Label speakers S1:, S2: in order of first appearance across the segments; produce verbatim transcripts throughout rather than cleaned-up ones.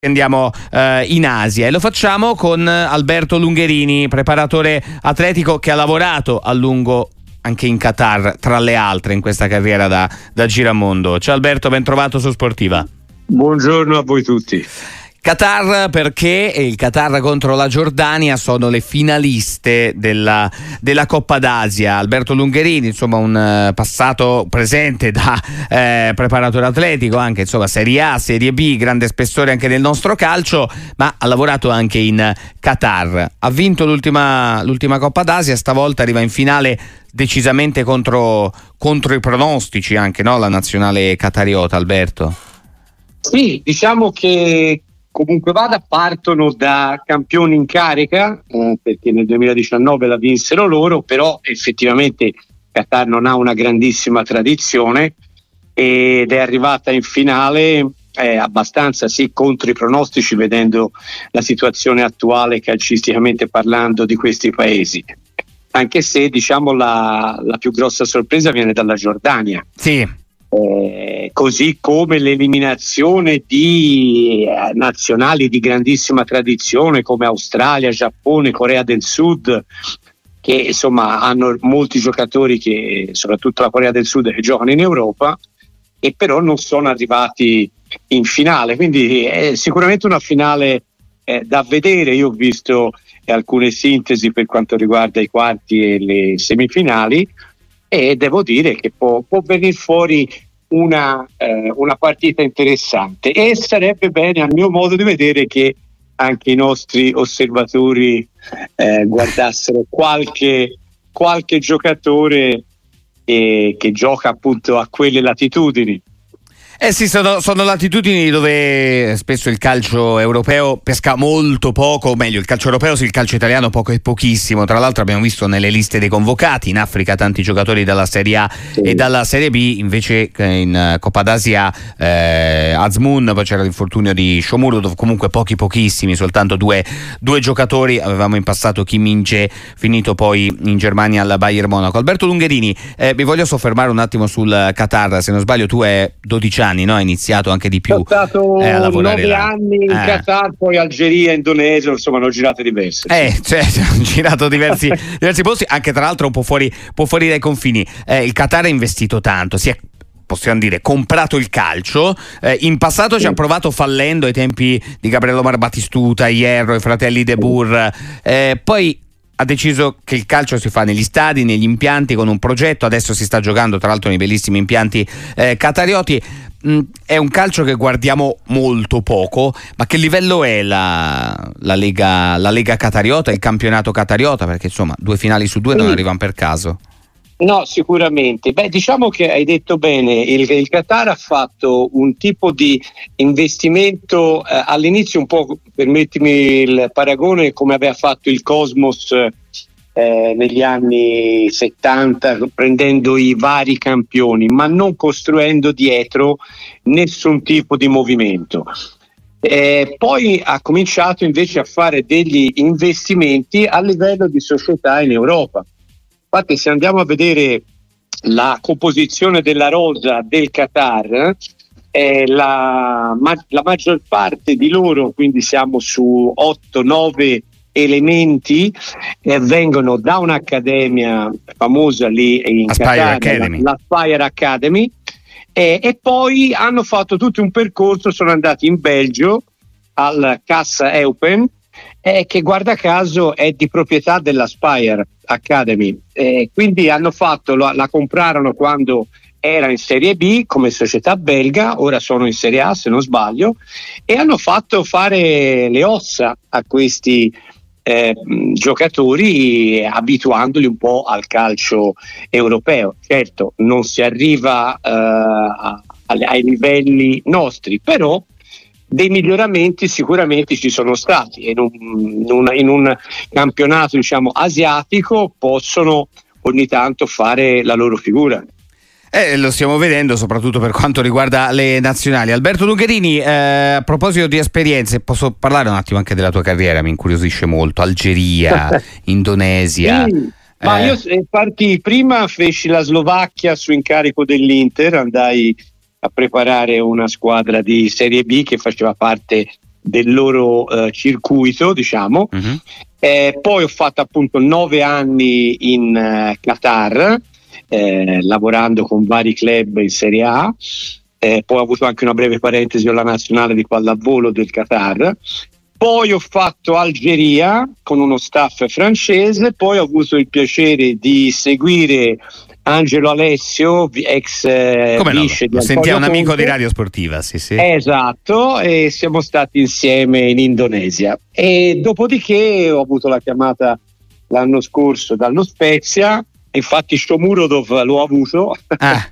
S1: Andiamo eh, in Asia e lo facciamo con Alberto Lungherini, preparatore atletico che ha lavorato a lungo anche in Qatar, tra le altre, in questa carriera da, da giramondo. Ciao Alberto, ben trovato su Sportiva.
S2: Buongiorno a voi tutti.
S1: Qatar, perché il Qatar contro la Giordania sono le finaliste della, della Coppa d'Asia. Alberto Lungherini, insomma, un uh, passato presente da eh, preparatore atletico, anche insomma Serie A, Serie B, grande spessore anche nel nostro calcio, ma ha lavorato anche in Qatar. Ha vinto l'ultima, l'ultima Coppa d'Asia, stavolta arriva in finale decisamente contro, contro i pronostici anche, no? La nazionale qatariota, Alberto.
S2: Sì, diciamo che comunque vada, partono da campioni in carica, eh, perché nel duemiladiciannove la vinsero loro, però effettivamente Qatar non ha una grandissima tradizione ed è arrivata in finale eh, abbastanza sì contro i pronostici, vedendo la situazione attuale calcisticamente parlando di questi paesi, anche se diciamo la, la più grossa sorpresa viene dalla Giordania.
S1: Sì.
S2: Eh, così come l'eliminazione di eh, nazionali di grandissima tradizione come Australia, Giappone, Corea del Sud, che insomma hanno molti giocatori, che soprattutto la Corea del Sud, che giocano in Europa e però non sono arrivati in finale, quindi è sicuramente una finale eh, da vedere. Io ho visto eh, alcune sintesi per quanto riguarda i quarti e le semifinali, e devo dire che può, può venire fuori una, eh, una partita interessante, e sarebbe bene, al mio modo di vedere, che anche i nostri osservatori eh, guardassero qualche, qualche giocatore eh, che gioca appunto a quelle latitudini.
S1: Eh sì, sono, sono latitudini dove spesso il calcio europeo pesca molto poco, o meglio il calcio europeo sì, il calcio italiano poco e pochissimo. Tra l'altro abbiamo visto nelle liste dei convocati in Africa tanti giocatori dalla Serie A sì. e dalla Serie B, invece in Coppa d'Asia eh, Azmoun, poi c'era l'infortunio di Shomurodov, comunque pochi pochissimi, soltanto due, due giocatori. Avevamo in passato Kim Min-jae, finito poi in Germania al Bayern Monaco. Alberto Lungherini, eh, vi voglio soffermare un attimo sul Qatar, se non sbaglio tu hai dodici anni. No? Hai iniziato anche di più.
S2: Ho stato
S1: eh, a lavorare
S2: nove
S1: là.
S2: anni in
S1: eh.
S2: Qatar, poi Algeria, Indonesia, insomma, ne ho girate diverse.
S1: Eh, cioè, ho girato diversi, diversi posti, anche tra l'altro un po' fuori, un po' fuori dai confini. Eh, il Qatar ha investito tanto, si è, possiamo dire, comprato il calcio. Eh, in passato sì. ci ha provato fallendo ai tempi di Gabriele Omar Batistuta, Hierro, i fratelli De Boer. Eh, poi ha deciso che il calcio si fa negli stadi, negli impianti, con un progetto. Adesso si sta giocando tra l'altro nei bellissimi impianti eh, qatarioti. Mm, è un calcio che guardiamo molto poco, ma che livello è la, la Lega la Lega qatariota, il campionato qatariota? Perché insomma due finali su due sì. non arrivano per caso.
S2: No, sicuramente. Beh, diciamo che hai detto bene, il, il Qatar ha fatto un tipo di investimento eh, all'inizio, un po', permettimi il paragone, come aveva fatto il Cosmos eh, negli anni settanta, prendendo i vari campioni, ma non costruendo dietro nessun tipo di movimento. Eh, poi ha cominciato invece a fare degli investimenti a livello di società in Europa. Infatti, se andiamo a vedere la composizione della rosa del Qatar, eh, la, ma- la maggior parte di loro, quindi siamo su otto nove elementi, eh, vengono da un'accademia famosa lì in
S1: Aspire
S2: Qatar,
S1: Academy.
S2: la, la Aspire Academy, eh, e poi hanno fatto tutto un percorso, sono andati in Belgio al Cassa Eupen, Eh, che guarda caso è di proprietà della Spire Academy, eh, quindi hanno fatto, la, la comprarono quando era in Serie B come società belga, ora sono in Serie A se non sbaglio, e hanno fatto fare le ossa a questi eh, giocatori, abituandoli un po' al calcio europeo. Certo, non si arriva eh, a, ai livelli nostri, però dei miglioramenti sicuramente ci sono stati, e in un, in un, in un campionato diciamo asiatico possono ogni tanto fare la loro figura.
S1: Eh, lo stiamo vedendo soprattutto per quanto riguarda le nazionali. Alberto Lungherini, eh, a proposito di esperienze, posso parlare un attimo anche della tua carriera? Mi incuriosisce molto. Algeria, Indonesia.
S2: Sì, eh. Ma io partii prima, feci la Slovacchia su incarico dell'Inter, andai a preparare una squadra di Serie B che faceva parte del loro eh, circuito, diciamo. Uh-huh. Eh, poi ho fatto appunto nove anni in uh, Qatar, eh, lavorando con vari club in Serie A. Eh, poi ho avuto anche una breve parentesi con la nazionale di pallavolo del Qatar. Poi ho fatto Algeria con uno staff francese. Poi ho avuto il piacere di seguire Angelo Alessio, ex eh,
S1: Come
S2: vice
S1: no? Lo sentiva un amico di Radio Sportiva, sì, sì.
S2: Esatto, e siamo stati insieme in Indonesia. E dopodiché ho avuto la chiamata l'anno scorso dallo Spezia, infatti Shomurodov l'ho avuto. Ah.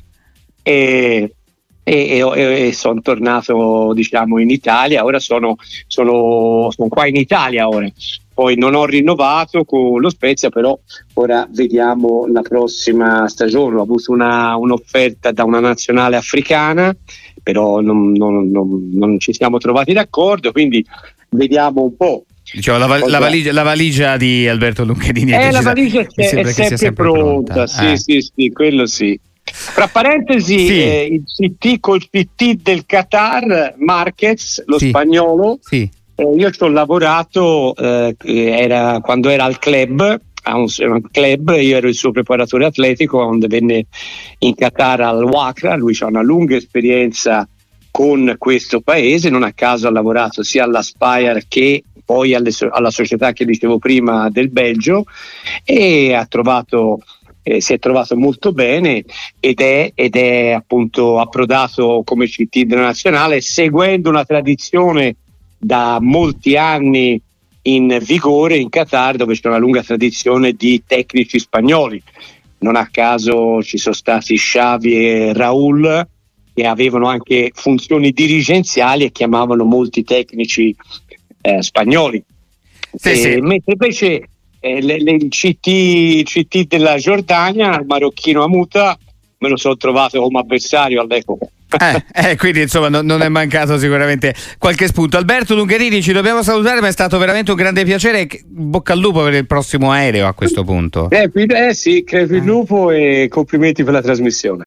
S2: e E, e, e sono tornato, diciamo, in Italia. Ora sono, sono, sono qua in Italia ora. Poi non ho rinnovato con lo Spezia, però ora vediamo la prossima stagione. Ho avuto una, un'offerta da una nazionale africana, però non, non, non, non ci siamo trovati d'accordo, quindi vediamo un po'.
S1: Diciamo, la, val- la, valigia, la valigia di Alberto Lungherini
S2: è, la valigia è, è sempre, sempre pronta, pronta. Sì,
S1: eh.
S2: sì, sì, quello sì. Tra parentesi, sì. eh, il C T col C T del Qatar, Marquez, lo
S1: sì.
S2: spagnolo,
S1: sì.
S2: eh, io ci ho lavorato eh, era, quando era al club, a un, un club, io ero il suo preparatore atletico quando venne in Qatar al Wakra. Lui ha una lunga esperienza con questo paese, non a caso ha lavorato sia all'Aspire che poi alle, alla società che dicevo prima del Belgio, e ha trovato Eh, si è trovato molto bene ed è, ed è appunto approdato come C T nazionale, seguendo una tradizione da molti anni in vigore in Qatar, dove c'è una lunga tradizione di tecnici spagnoli. Non a caso ci sono stati Xavi e Raúl, che avevano anche funzioni dirigenziali e chiamavano molti tecnici eh, spagnoli.
S1: Sì,
S2: e,
S1: sì.
S2: Mentre invece Eh, le, le, il C T, C T della Giordania, il marocchino Amuta, me lo sono trovato come avversario all'epoca.
S1: Eh, eh, quindi insomma no, non è mancato sicuramente qualche spunto. Alberto Lungherini, ci dobbiamo salutare, ma è stato veramente un grande piacere. Bocca al lupo per il prossimo aereo a questo punto.
S2: Eh, eh sì, crepi il lupo e complimenti per la trasmissione.